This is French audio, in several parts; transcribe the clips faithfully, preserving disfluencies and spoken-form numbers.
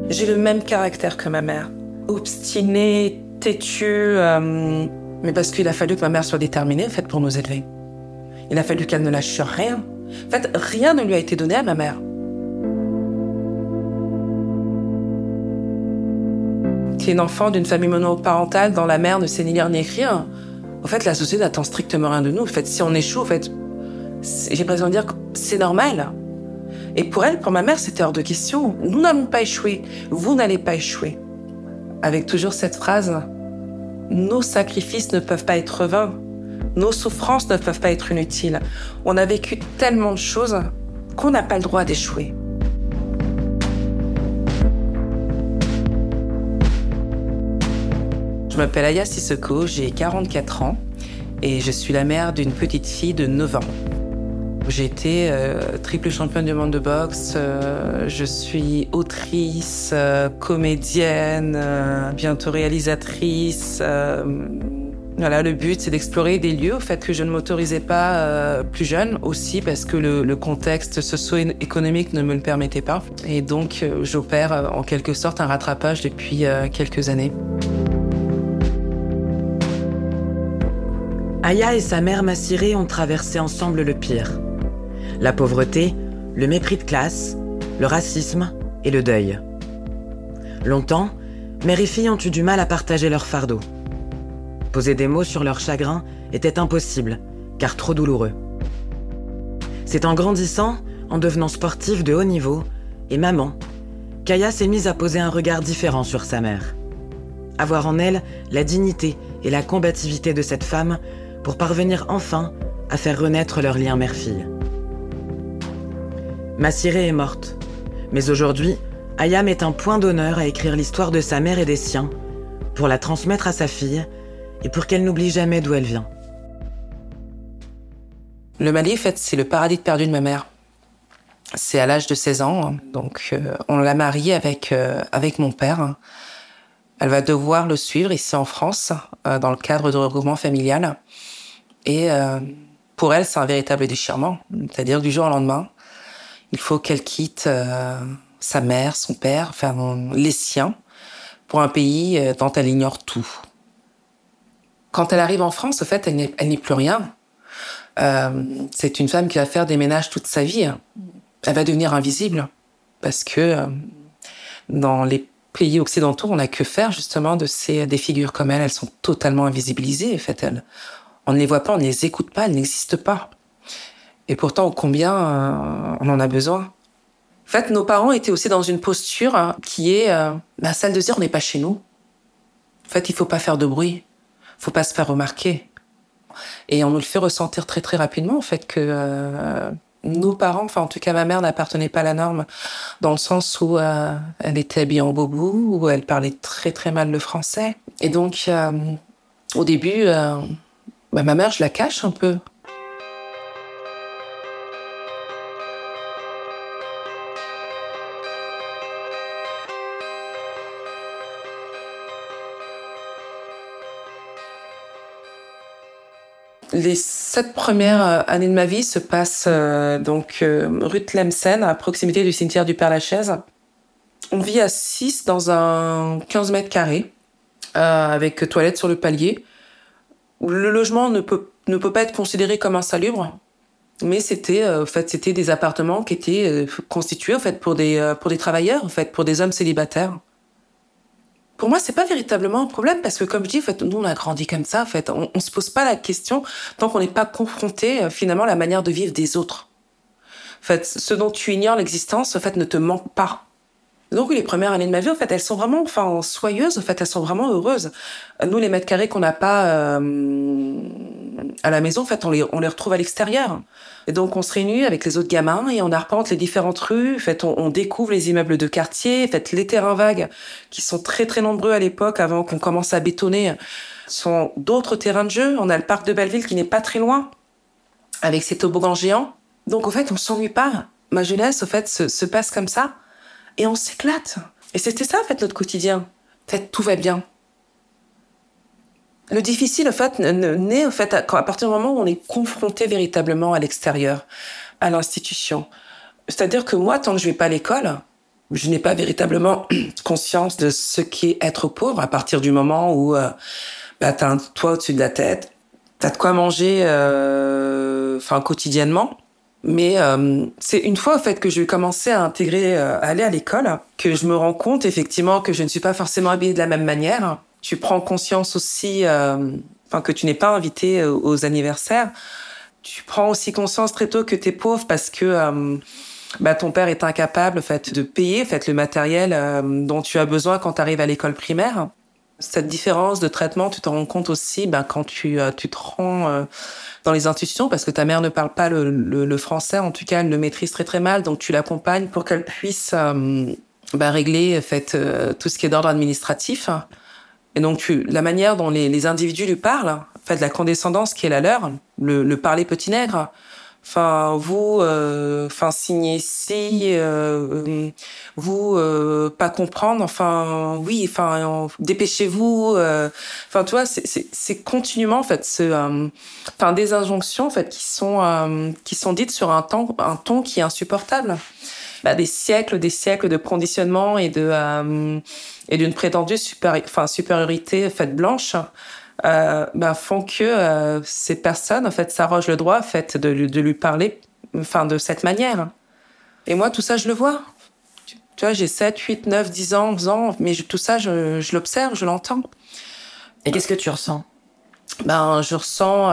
J'ai le même caractère que ma mère. Obstinée, têtue, euh, mais parce qu'il a fallu que ma mère soit déterminée, en fait, pour nous élever. Il a fallu qu'elle ne lâche rien. En fait, rien ne lui a été donné à ma mère. Qui est une enfant d'une famille monoparentale dont la mère ne sait ni lire ni écrire. En fait, la société n'attend strictement rien de nous. En fait, si on échoue, en fait, j'ai l'impression de dire que c'est normal. Et pour elle, pour ma mère, c'était hors de question. Nous n'allons pas échouer. Vous n'allez pas échouer. Avec toujours cette phrase, nos sacrifices ne peuvent pas être vains. Nos souffrances ne peuvent pas être inutiles. On a vécu tellement de choses qu'on n'a pas le droit d'échouer. Je m'appelle Aya Sissoko, j'ai quarante-quatre ans et je suis la mère d'une petite fille de neuf ans. J'ai été euh, triple championne du monde de boxe, euh, je suis autrice, euh, comédienne, euh, bientôt réalisatrice. Euh, voilà, le but, c'est d'explorer des lieux au fait que je ne m'autorisais pas euh, plus jeune, aussi parce que le, le contexte socio-économique ne me le permettait pas. Et donc, euh, j'opère euh, en quelque sorte un rattrapage depuis euh, quelques années. Aya et sa mère Massiré ont traversé ensemble le pire. La pauvreté, le mépris de classe, le racisme et le deuil. Longtemps, mère et fille ont eu du mal à partager leur fardeau. Poser des mots sur leur chagrin était impossible, car trop douloureux. C'est en grandissant, en devenant sportive de haut niveau, et maman, qu'Aya s'est mise à poser un regard différent sur sa mère. Avoir en elle la dignité et la combativité de cette femme pour parvenir enfin à faire renaître leur lien mère-fille. Massiré est morte, mais aujourd'hui, Aya met un point d'honneur à écrire l'histoire de sa mère et des siens, pour la transmettre à sa fille et pour qu'elle n'oublie jamais d'où elle vient. Le Mali, en fait, c'est le paradis perdu de ma mère. C'est à l'âge de seize ans, donc euh, on l'a mariée avec, euh, avec mon père. Elle va devoir le suivre ici en France, euh, dans le cadre de regroupement familial. Et euh, pour elle, c'est un véritable déchirement. C'est-à-dire du jour au lendemain, il faut qu'elle quitte euh, sa mère, son père, enfin les siens, pour un pays euh, dont elle ignore tout. Quand elle arrive en France, en fait, elle n'est, elle n'est plus rien. Euh, c'est une femme qui va faire des ménages toute sa vie. Elle va devenir invisible parce que euh, dans les pays occidentaux, on n'a que faire justement de ces des figures comme elle. Elles sont totalement invisibilisées. En fait, elles, on ne les voit pas, on ne les écoute pas, elles n'existent pas. Et pourtant, combien euh, on en a besoin. En fait, nos parents étaient aussi dans une posture hein, qui est euh, bah, celle de dire on n'est pas chez nous. En fait, il faut pas faire de bruit, faut pas se faire remarquer. Et on nous le fait ressentir très très rapidement, en fait, que euh, nos parents, enfin en tout cas ma mère, n'appartenait pas à la norme, dans le sens où euh, elle était habillée en boubou, où elle parlait très très mal le français. Et donc, euh, au début, euh, bah, ma mère, je la cache un peu. Les sept premières années de ma vie se passent euh, donc euh, rue de Tlemcen, à proximité du cimetière du Père-Lachaise. On vit à six dans un quinze mètres carrés, euh, avec toilette sur le palier. Le logement ne peut, ne peut pas être considéré comme insalubre, mais c'était, euh, en fait, c'était des appartements qui étaient euh, constitués en fait, pour, des, euh, pour des travailleurs, en fait, pour des hommes célibataires. Pour moi, c'est pas véritablement un problème parce que, comme je dis, en fait, nous, on a grandi comme ça. En fait, on, on se pose pas la question tant qu'on n'est pas confronté, euh, finalement, à la manière de vivre des autres. En fait, ce dont tu ignores l'existence, en fait, ne te manque pas. Donc, les premières années de ma vie, en fait, elles sont vraiment, enfin, soyeuses. En fait, elles sont vraiment heureuses. Nous, les mètres carrés qu'on n'a pas euh, à la maison, en fait, on les, on les retrouve à l'extérieur. Et donc, on se réunit avec les autres gamins et on arpente les différentes rues. En fait, on, on découvre les immeubles de quartier. En fait, les terrains vagues, qui sont très, très nombreux à l'époque, avant qu'on commence à bétonner, sont d'autres terrains de jeu. On a le parc de Belleville qui n'est pas très loin, avec ses toboggans géants. Donc, en fait, on s'ennuie pas. Ma jeunesse, en fait, se, se passe comme ça. Et on s'éclate. Et c'était ça, en fait, notre quotidien. En fait, tout va bien. Le difficile, en fait, naît, en fait, à partir du moment où on est confronté véritablement à l'extérieur, à l'institution. C'est-à-dire que moi, tant que je vais pas à l'école, Je n'ai pas véritablement conscience de ce qu'est être pauvre à partir du moment où euh, bah, t'as un toit au-dessus de la tête, t'as de quoi manger euh, enfin, quotidiennement. Mais euh, c'est une fois, en fait, que je vais commencer à intégrer, euh, à aller à l'école, que je me rends compte, effectivement, que je ne suis pas forcément habillée de la même manière. Tu prends conscience aussi euh, enfin, que tu n'es pas invitée aux anniversaires. Tu prends aussi conscience très tôt que t'es pauvre parce que euh, bah, ton père est incapable, en fait, de payer, en fait, le matériel euh, dont tu as besoin quand tu arrives à l'école primaire. Cette différence de traitement, tu te rends compte aussi bah, quand tu, euh, tu te rends euh, dans les institutions, parce que ta mère ne parle pas le, le, le français, en tout cas, elle le maîtrise très très mal, donc tu l'accompagnes pour qu'elle puisse euh, bah, régler en fait, euh, tout ce qui est d'ordre administratif. Et donc, tu, la manière dont les, les individus lui parlent, en fait, la condescendance qui est la leur, le, le parler petit nègre, enfin, vous, euh, enfin, signez ici, euh, vous, euh, pas comprendre, enfin, oui, enfin, dépêchez-vous, euh, enfin, tu vois, c'est, c'est, c'est continuellement, en fait, ce, euh, enfin, des injonctions, en fait, qui sont, euh, qui sont dites sur un ton, un ton qui est insupportable. Bah, des siècles, des siècles de conditionnement et de, euh, et d'une prétendue supéri- enfin, supériorité, en fait, blanche, euh, bah, font que euh, ces personnes en fait s'arrogent le droit en fait de, lui- de lui parler enfin de cette manière. Et moi tout ça je le vois. Tu, tu vois, j'ai sept, huit, neuf, dix ans, onze ans, mais je- tout ça je, je l'observe, je l'entends. Et qu'est-ce que tu ressens? Ben je ressens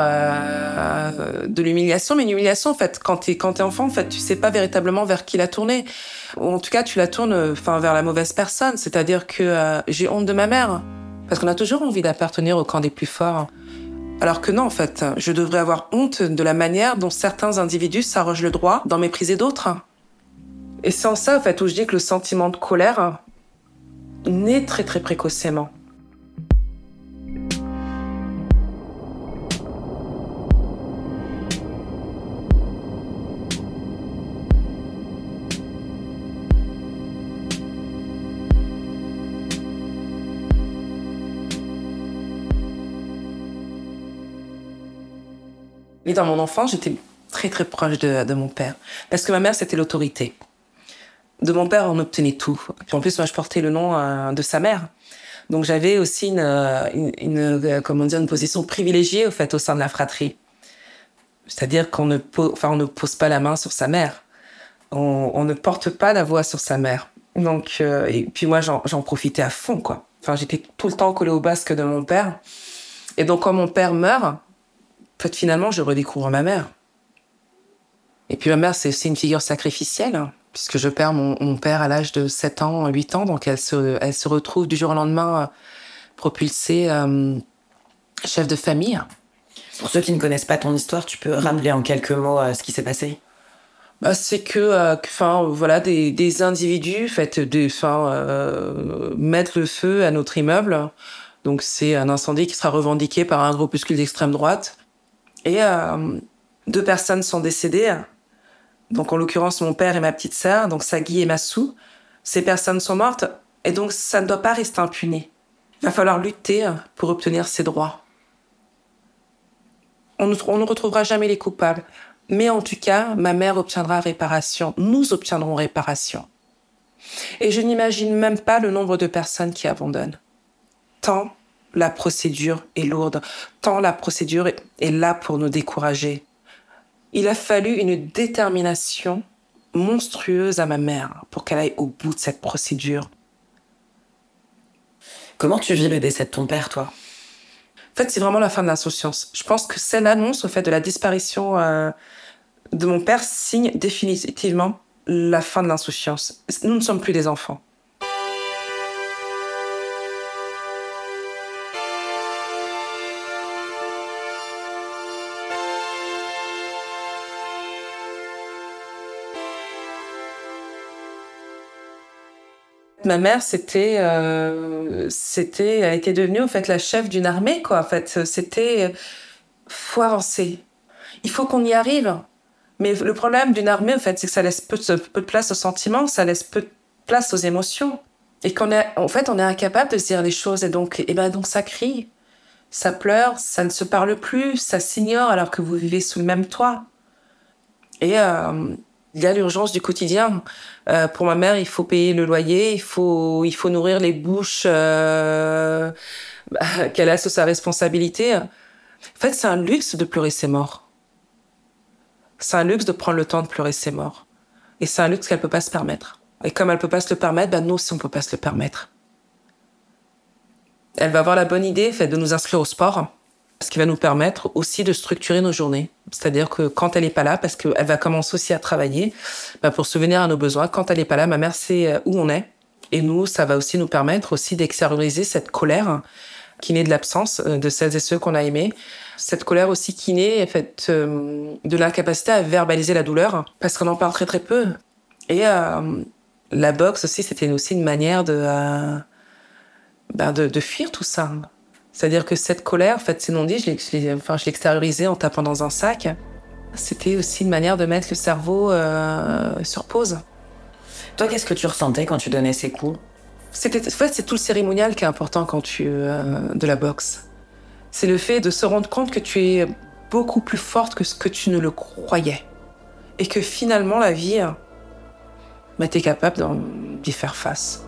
euh, de l'humiliation, mais une humiliation en fait quand t'es quand t'es enfant en fait tu sais pas véritablement vers qui la tourner. Ou en tout cas tu la tournes enfin vers la mauvaise personne, c'est-à-dire que euh, j'ai honte de ma mère parce qu'on a toujours envie d'appartenir au camp des plus forts. Alors que non, en fait, je devrais avoir honte de la manière dont certains individus s'arrogent le droit d'en mépriser d'autres. Et c'est en ça, en fait, où je dis que le sentiment de colère naît très, très précocement. Et dans mon enfance, j'étais très, très proche de, de mon père. Parce que ma mère, c'était l'autorité. De mon père, on obtenait tout. Puis en plus, moi, je portais le nom euh, de sa mère. Donc j'avais aussi une, une, une, euh, comment dire, une position privilégiée, au fait, au sein de la fratrie. C'est-à-dire qu'on ne, po- enfin, on ne pose pas la main sur sa mère. On, on ne porte pas la voix sur sa mère. Donc, euh, et puis moi, j'en, j'en profitais à fond, quoi. Enfin, j'étais tout le temps collée au basque de mon père. Et donc, quand mon père meurt, en fait, finalement, je redécouvre ma mère. Et puis ma mère, c'est aussi une figure sacrificielle, hein, puisque je perds mon, mon père à l'âge de sept ans, huit ans, donc elle se, elle se retrouve du jour au lendemain euh, propulsée euh, chef de famille. Pour ceux qui ne connaissent pas ton histoire, tu peux rappeler en quelques mots euh, ce qui s'est passé? Bah, c'est que, enfin, euh, voilà, des, des individus, fait, des, enfin, euh, mettent le feu à notre immeuble. Donc c'est un incendie qui sera revendiqué par un groupuscule d'extrême droite. Et euh, deux personnes sont décédées. Donc en l'occurrence mon père et ma petite sœur, donc Sagui et Massou. Ces personnes sont mortes et donc ça ne doit pas rester impuné. Il va falloir lutter pour obtenir ses droits. On ne, on ne retrouvera jamais les coupables. Mais en tout cas, ma mère obtiendra réparation. Nous obtiendrons réparation. Et je n'imagine même pas le nombre de personnes qui abandonnent. Tant la procédure est lourde, tant la procédure est là pour nous décourager. Il a fallu une détermination monstrueuse à ma mère pour qu'elle aille au bout de cette procédure. Comment tu vis le décès de ton père, toi? En fait, c'est vraiment la fin de l'insouciance. Je pense que cette annonce, au fait, de la disparition euh, de mon père signe définitivement la fin de l'insouciance. Nous ne sommes plus des enfants. Ma mère, c'était, euh, c'était, elle était devenue en fait la chef d'une armée, quoi. En fait, c'était, faut avancer. Il faut qu'on y arrive. Mais le problème d'une armée, en fait, c'est que ça laisse peu de, peu de place aux sentiments, ça laisse peu de place aux émotions, et qu'on est, en fait, on est incapable de se dire les choses. Et donc, et ben donc ça crie, ça pleure, ça ne se parle plus, ça s'ignore alors que vous vivez sous le même toit. Et euh, Il y a l'urgence du quotidien. Euh, pour ma mère, il faut payer le loyer, il faut, il faut nourrir les bouches euh, bah, qu'elle a sous sa responsabilité. En fait, c'est un luxe de pleurer ses morts. C'est un luxe de prendre le temps de pleurer ses morts. Et c'est un luxe qu'elle peut pas se permettre. Et comme elle peut pas se le permettre, bah nous aussi, on peut pas se le permettre. Elle va avoir la bonne idée, en fait, de nous inscrire au sport, ce qui va nous permettre aussi de structurer nos journées. C'est-à-dire que quand elle est pas là, parce qu'elle va commencer aussi à travailler, bah pour subvenir à nos besoins, quand elle est pas là, ma mère sait où on est. Et nous, ça va aussi nous permettre aussi d'extérioriser cette colère qui naît de l'absence de celles et ceux qu'on a aimés. Cette colère aussi qui naît, en fait, euh, de l'incapacité à verbaliser la douleur, parce qu'on en parle très très peu. Et euh, la boxe aussi, c'était aussi une manière de, euh, ben de, de fuir tout ça. C'est-à-dire que cette colère, en fait, c'est non dit, je l'ai, je l'ai, enfin, je l'ai extériorisée en tapant dans un sac. C'était aussi une manière de mettre le cerveau euh, sur pause. Toi, qu'est-ce que tu ressentais quand tu donnais ces coups ? C'était, en fait, c'est tout le cérémonial qui est important quand tu euh, de la boxe. C'est le fait de se rendre compte que tu es beaucoup plus forte que ce que tu ne le croyais. Et que finalement, la vie, bah, t'es capable d'en, d'y faire face.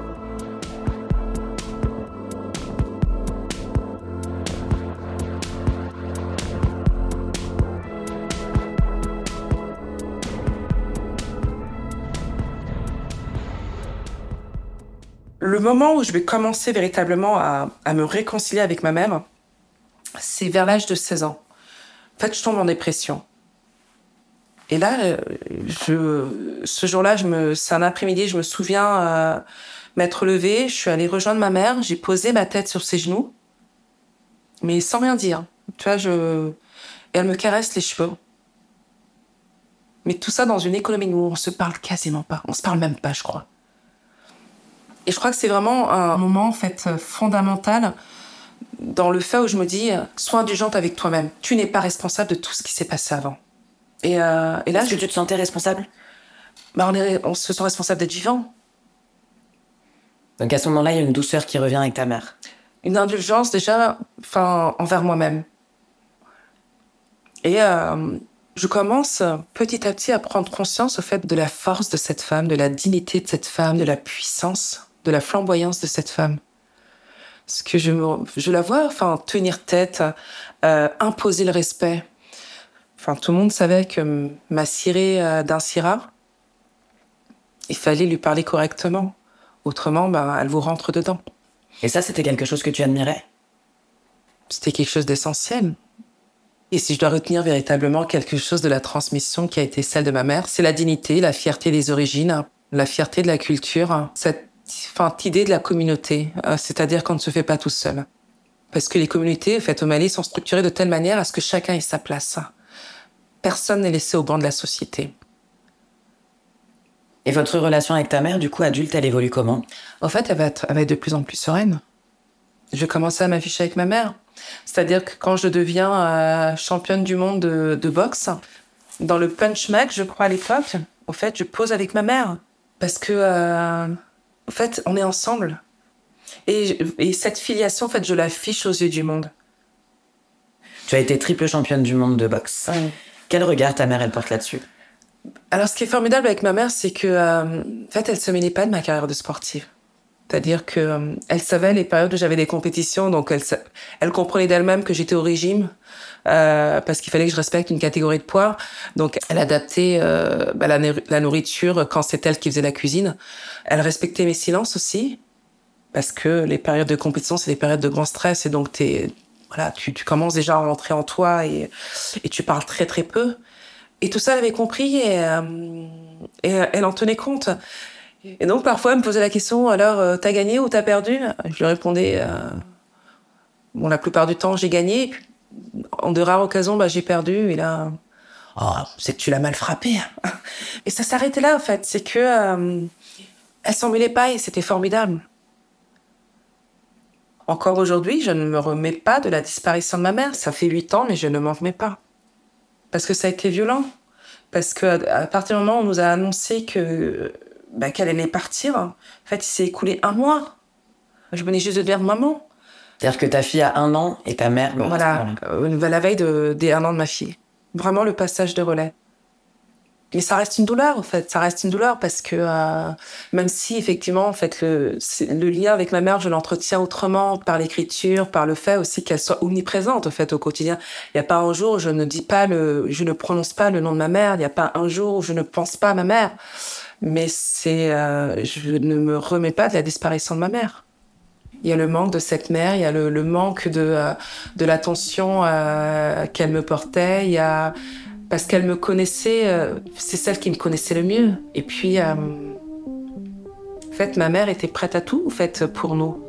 Le moment où je vais commencer véritablement à, à me réconcilier avec ma mère, c'est vers l'âge de seize ans. En fait, je tombe en dépression. Et là, je, ce jour-là, je me, c'est un après-midi, je me souviens euh, m'être levée, je suis allée rejoindre ma mère, j'ai posé ma tête sur ses genoux, mais sans rien dire. Tu vois, je, et elle me caresse les cheveux. Mais tout ça dans une économie où on se parle quasiment pas, on se parle même pas, je crois. Et je crois que c'est vraiment un moment, en fait, fondamental dans le fait où je me dis, sois indulgente avec toi-même. Tu n'es pas responsable de tout ce qui s'est passé avant. Et, euh, et là, Est-ce je... que tu te sentais responsable ? Bah, on, est... on se sent responsable d'être vivant. Donc à ce moment-là, il y a une douceur qui revient avec ta mère. Une indulgence déjà, enfin, envers moi-même. Et euh, je commence petit à petit à prendre conscience au fait de la force de cette femme, de la dignité de cette femme, de la puissance, de la flamboyance de cette femme. Parce que je, me, je la vois, enfin, tenir tête, euh, imposer le respect. Enfin, tout le monde savait que ma cirée euh, d'un Syrah, il fallait lui parler correctement. Autrement, ben, elle vous rentre dedans. Et ça, c'était quelque chose que tu admirais ? C'était quelque chose d'essentiel. Et si je dois retenir véritablement quelque chose de la transmission qui a été celle de ma mère, c'est la dignité, la fierté des origines, la fierté de la culture, cette enfin, idée de la communauté, euh, c'est-à-dire qu'on ne se fait pas tout seul. Parce que les communautés, en fait, au Mali, sont structurées de telle manière à ce que chacun ait sa place. Personne n'est laissé au banc de la société. Et votre relation avec ta mère, du coup, adulte, elle évolue comment ? En fait, elle va être, elle va être de plus en plus sereine. Je vais commencer à m'afficher avec ma mère. C'est-à-dire que quand je deviens euh, championne du monde de, de boxe, dans le punch mag, je crois à l'époque, au fait, je pose avec ma mère. Parce que, euh, en fait, on est ensemble. Et, et cette filiation, en fait, je l'affiche aux yeux du monde. Tu as été triple championne du monde de boxe. Ouais. Quel regard ta mère, elle porte là-dessus ? Alors, ce qui est formidable avec ma mère, c'est que, euh, en fait, elle se mêlait pas de ma carrière de sportive. C'est-à-dire que euh, elle savait les périodes où j'avais des compétitions, donc elle, elle comprenait d'elle-même que j'étais au régime euh, parce qu'il fallait que je respecte une catégorie de poids. Donc, elle adaptait euh, bah, la, la nourriture quand c'est elle qui faisait la cuisine. Elle respectait mes silences aussi parce que les périodes de compétition, c'est des périodes de grand stress et donc t'es, voilà, tu, tu commences déjà à rentrer en toi et, et tu parles très très peu. Et tout ça, elle avait compris et, euh, et elle en tenait compte. Et donc, parfois, elle me posait la question, alors, euh, t'as gagné ou t'as perdu ? Je lui répondais, euh, bon, la plupart du temps, j'ai gagné. En de rares occasions, bah, j'ai perdu. Et là, oh, c'est que tu l'as mal frappé. Et ça s'arrêtait là, en fait. C'est que, euh, elle s'en mêlait pas et c'était formidable. Encore aujourd'hui, je ne me remets pas de la disparition de ma mère. Ça fait huit ans, mais je ne m'en remets pas. Parce que ça a été violent. Parce que, à partir du moment où on nous a annoncé que, bah, qu'elle allait partir, en fait, il s'est écoulé un mois. Je venais juste de devenir maman. C'est-à-dire que ta fille a un an et ta mère... Voilà, euh, la veille de, des un an de ma fille. Vraiment le passage de relais. Mais ça reste une douleur, en fait. Ça reste une douleur parce que euh, même si, effectivement, en fait, le, le lien avec ma mère, je l'entretiens autrement par l'écriture, par le fait aussi qu'elle soit omniprésente, en fait, au quotidien. Il n'y a pas un jour où je ne dis pas le, je ne prononce pas le nom de ma mère. Il n'y a pas un jour où je ne pense pas à ma mère. Mais c'est, euh, je ne me remets pas de la disparition de ma mère. Il y a le manque de cette mère, il y a le, le manque de, euh, de l'attention euh, qu'elle me portait, il y a... Parce qu'elle me connaissait, euh, c'est celle qui me connaissait le mieux. Et puis, euh, en fait, ma mère était prête à tout, en fait, pour nous.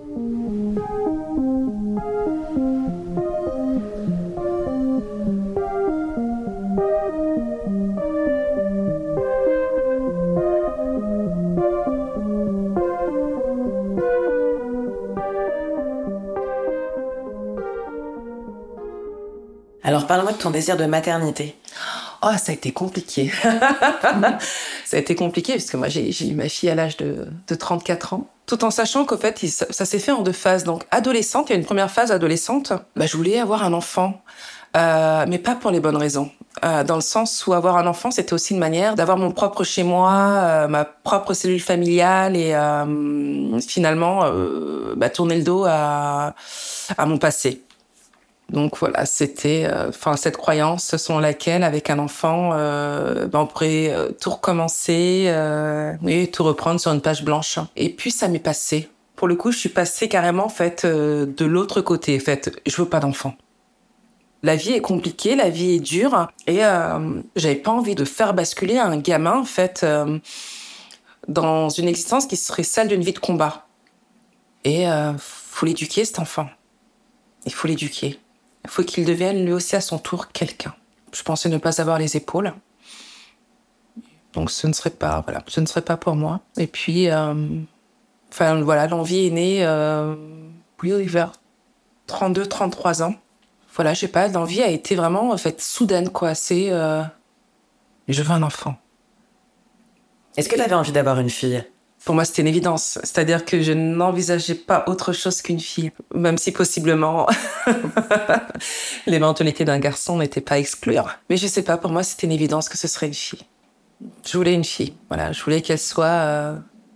Alors parle-moi de ton désir de maternité. Oh, ça a été compliqué. Ça a été compliqué parce que moi, j'ai, j'ai eu ma fille à l'âge de, de trente-quatre ans. Tout en sachant qu'en fait, ça, ça s'est fait en deux phases. Donc, adolescente, il y a une première phase adolescente. Bah, je voulais avoir un enfant, euh, mais pas pour les bonnes raisons. Euh, dans le sens où avoir un enfant, c'était aussi une manière d'avoir mon propre chez moi, euh, ma propre cellule familiale et euh, finalement euh, bah, tourner le dos à, à mon passé. Donc voilà, c'était, enfin euh, cette croyance selon laquelle, avec un enfant, euh, ben on pourrait euh, tout recommencer euh, et tout reprendre sur une page blanche. Et puis ça m'est passé. Pour le coup, je suis passée carrément en fait euh, de l'autre côté. En fait, je veux pas d'enfant. La vie est compliquée, la vie est dure, et euh, j'avais pas envie de faire basculer un gamin en fait euh, dans une existence qui serait celle d'une vie de combat. Et euh, faut l'éduquer cet enfant. Il faut l'éduquer. Il faut qu'il devienne lui aussi à son tour quelqu'un. Je pensais ne pas avoir les épaules. Donc ce ne serait pas, voilà, ce ne serait pas pour moi. Et puis, euh, enfin voilà, l'envie est née, euh, oui, vers trente-deux, trente-trois ans. Voilà, je sais pas, l'envie a été vraiment, en fait, soudaine, quoi. C'est, euh, je veux un enfant. Est-ce que tu avais envie d'avoir une fille ? Pour moi, c'était une évidence. C'est-à-dire que je n'envisageais pas autre chose qu'une fille. Même si, possiblement, l'éventualité d'un garçon n'était pas à exclure. Mais je sais pas, pour moi, c'était une évidence que ce serait une fille. Je voulais une fille. Voilà, je voulais qu'elle soit... Euh...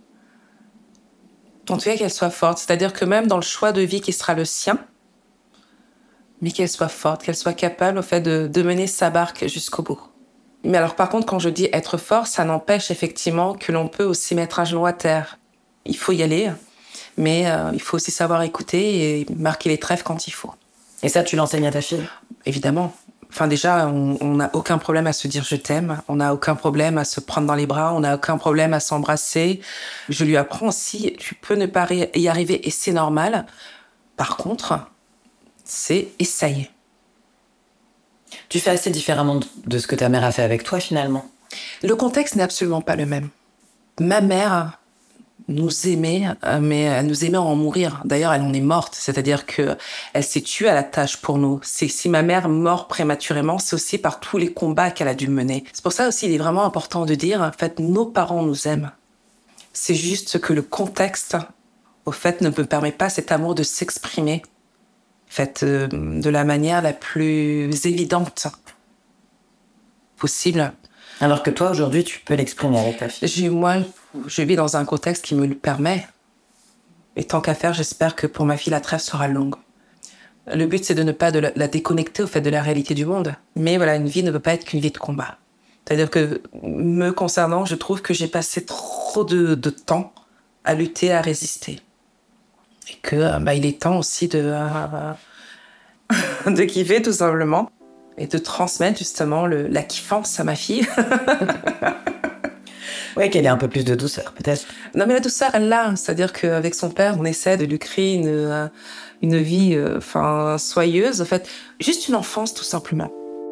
En tout cas, qu'elle soit forte. C'est-à-dire que même dans le choix de vie qui sera le sien, mais qu'elle soit forte, qu'elle soit capable, au fait, de, de mener sa barque jusqu'au bout. Mais alors, par contre, quand je dis être fort, ça n'empêche effectivement que l'on peut aussi mettre un genou à terre. Il faut y aller, mais euh, il faut aussi savoir écouter et marquer les trèfles quand il faut. Et ça, tu l'enseignes à ta fille ? Évidemment. Enfin, déjà, on n'a aucun problème à se dire « je t'aime », on n'a aucun problème à se prendre dans les bras, on n'a aucun problème à s'embrasser. Je lui apprends aussi, tu peux ne pas y arriver et c'est normal. Par contre, c'est essayer. Tu fais assez différemment de ce que ta mère a fait avec toi, finalement. Le contexte n'est absolument pas le même. Ma mère nous aimait, mais elle nous aimait en mourir. D'ailleurs, elle en est morte. C'est-à-dire que elle s'est tuée à la tâche pour nous. C'est, si ma mère meurt prématurément, c'est aussi par tous les combats qu'elle a dû mener. C'est pour ça aussi, il est vraiment important de dire, en fait, nos parents nous aiment. C'est juste que le contexte, au fait, ne me permet pas cet amour de s'exprimer fait euh, de la manière la plus évidente possible. Alors que toi, aujourd'hui, tu peux l'exprimer avec ta fille. J'ai, moi, je vis dans un contexte qui me le permet. Et tant qu'à faire, j'espère que pour ma fille, la trêve sera longue. Le but, c'est de ne pas de la, la déconnecter au fait de la réalité du monde. Mais voilà, une vie ne peut pas être qu'une vie de combat. C'est-à-dire que, me concernant, je trouve que j'ai passé trop de, de temps à lutter, à résister. Et que, bah, il est temps aussi de, euh, de kiffer, tout simplement. Et de transmettre, justement, le, la kiffance à ma fille. Oui, qu'elle ait un peu plus de douceur, peut-être. Non, mais la douceur, elle l'a. C'est-à-dire qu'avec son père, on essaie de lui créer une, une vie, enfin, euh, soyeuse. En fait, juste une enfance, tout simplement.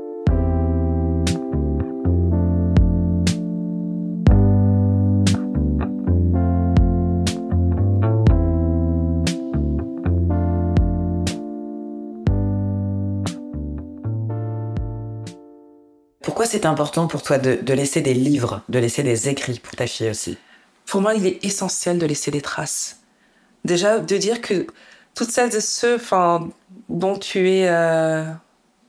Pourquoi c'est important pour toi de, de laisser des livres, de laisser des écrits pour ta fille aussi ? Pour moi, il est essentiel de laisser des traces. Déjà, de dire que toutes celles et ceux enfin, dont tu es euh,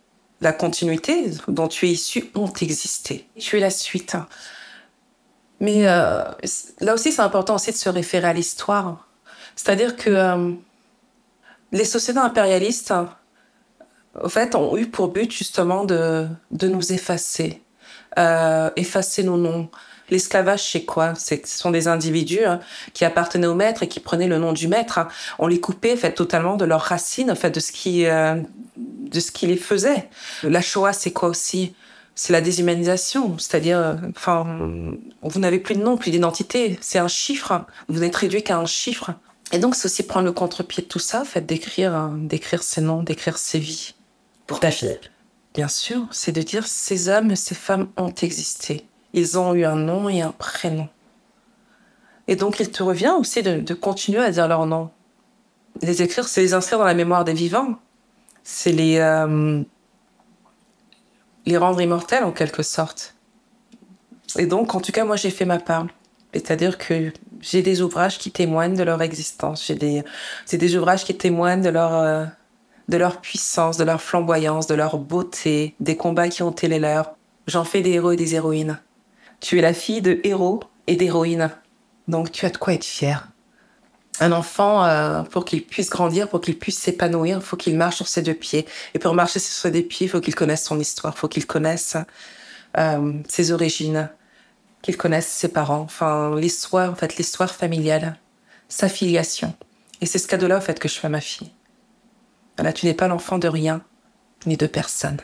La continuité dont tu es issu ont existé. Tu es la suite. Mais euh, là aussi, c'est important aussi de se référer à l'histoire. C'est-à-dire que euh, les sociétés impérialistes, au fait, ont eu pour but justement de, de nous effacer. Euh, effacer nos noms. L'esclavage, c'est quoi? C'est, ce sont des individus hein, qui appartenaient au maître et qui prenaient le nom du maître. Hein. On les coupait en fait, totalement de leurs racines, en fait, de, ce qui, euh, de ce qui les faisait. La Shoah, c'est quoi aussi? C'est la déshumanisation, c'est-à-dire, enfin, vous n'avez plus de nom, plus d'identité, c'est un chiffre, vous n'êtes réduit qu'à un chiffre. Et donc, c'est aussi prendre le contre-pied de tout ça, en fait, d'écrire, hein, d'écrire ces noms, d'écrire ces vies. Pour ta fille? Bien sûr, c'est de dire ces hommes, ces femmes ont existé. Ils ont eu un nom et un prénom. Et donc, il te revient aussi de, de continuer à dire leur nom. Les écrire, c'est les inscrire dans la mémoire des vivants. C'est les... Euh, les rendre immortels en quelque sorte. Et donc, en tout cas, moi, j'ai fait ma part. C'est-à-dire que j'ai des ouvrages qui témoignent de leur existence. J'ai des, c'est des ouvrages qui témoignent de leur, euh, de leur puissance, de leur flamboyance, de leur beauté, des combats qui ont été les leurs. J'en fais des héros et des héroïnes. Tu es la fille de héros et d'héroïnes. Donc, tu as de quoi être fière. Un enfant, euh, pour qu'il puisse grandir, pour qu'il puisse s'épanouir, il faut qu'il marche sur ses deux pieds. Et pour marcher sur ses deux pieds, il faut qu'il connaisse son histoire, il faut qu'il connaisse euh, ses origines, qu'il connaisse ses parents, enfin l'histoire, en fait, l'histoire familiale, sa filiation. Et c'est ce cadeau-là, en fait, que je fais à ma fille. Voilà, tu n'es pas l'enfant de rien, ni de personne.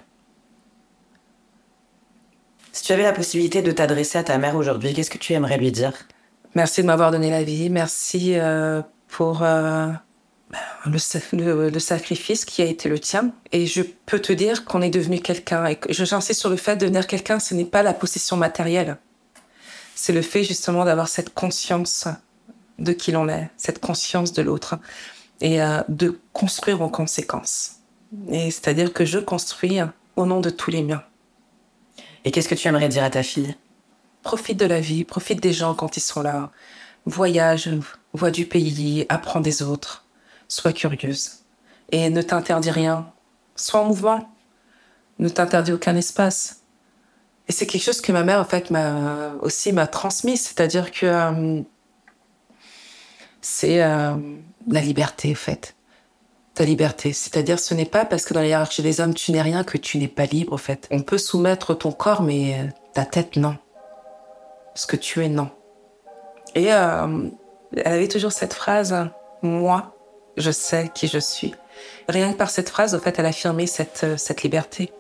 Si tu avais la possibilité de t'adresser à ta mère aujourd'hui, qu'est-ce que tu aimerais lui dire ? Merci de m'avoir donné la vie. Merci euh, pour euh, le, le, le sacrifice qui a été le tien. Et je peux te dire qu'on est devenu quelqu'un. Et que j'insiste sur le fait de devenir quelqu'un, ce n'est pas la possession matérielle. C'est le fait justement d'avoir cette conscience de qui l'on est, cette conscience de l'autre. Et euh, de construire en conséquence. Et c'est-à-dire que je construis au nom de tous les miens. Et qu'est-ce que tu aimerais dire à ta fille ? Profite de la vie, profite des gens quand ils sont là. Voyage, vois du pays, apprends des autres. Sois curieuse. Et ne t'interdis rien. Sois en mouvement. Ne t'interdis aucun espace. Et c'est quelque chose que ma mère, en fait, m'a aussi m'a transmis. C'est-à-dire que euh, c'est euh, la liberté, en fait. Ta liberté. C'est-à-dire, ce n'est pas parce que dans la hiérarchie des hommes, tu n'es rien que tu n'es pas libre, en fait. On peut soumettre ton corps, mais ta tête, non. Ce que tu es, non. Et euh, elle avait toujours cette phrase, « Moi, je sais qui je suis ». Rien que par cette phrase, en fait, elle affirmait cette, cette liberté.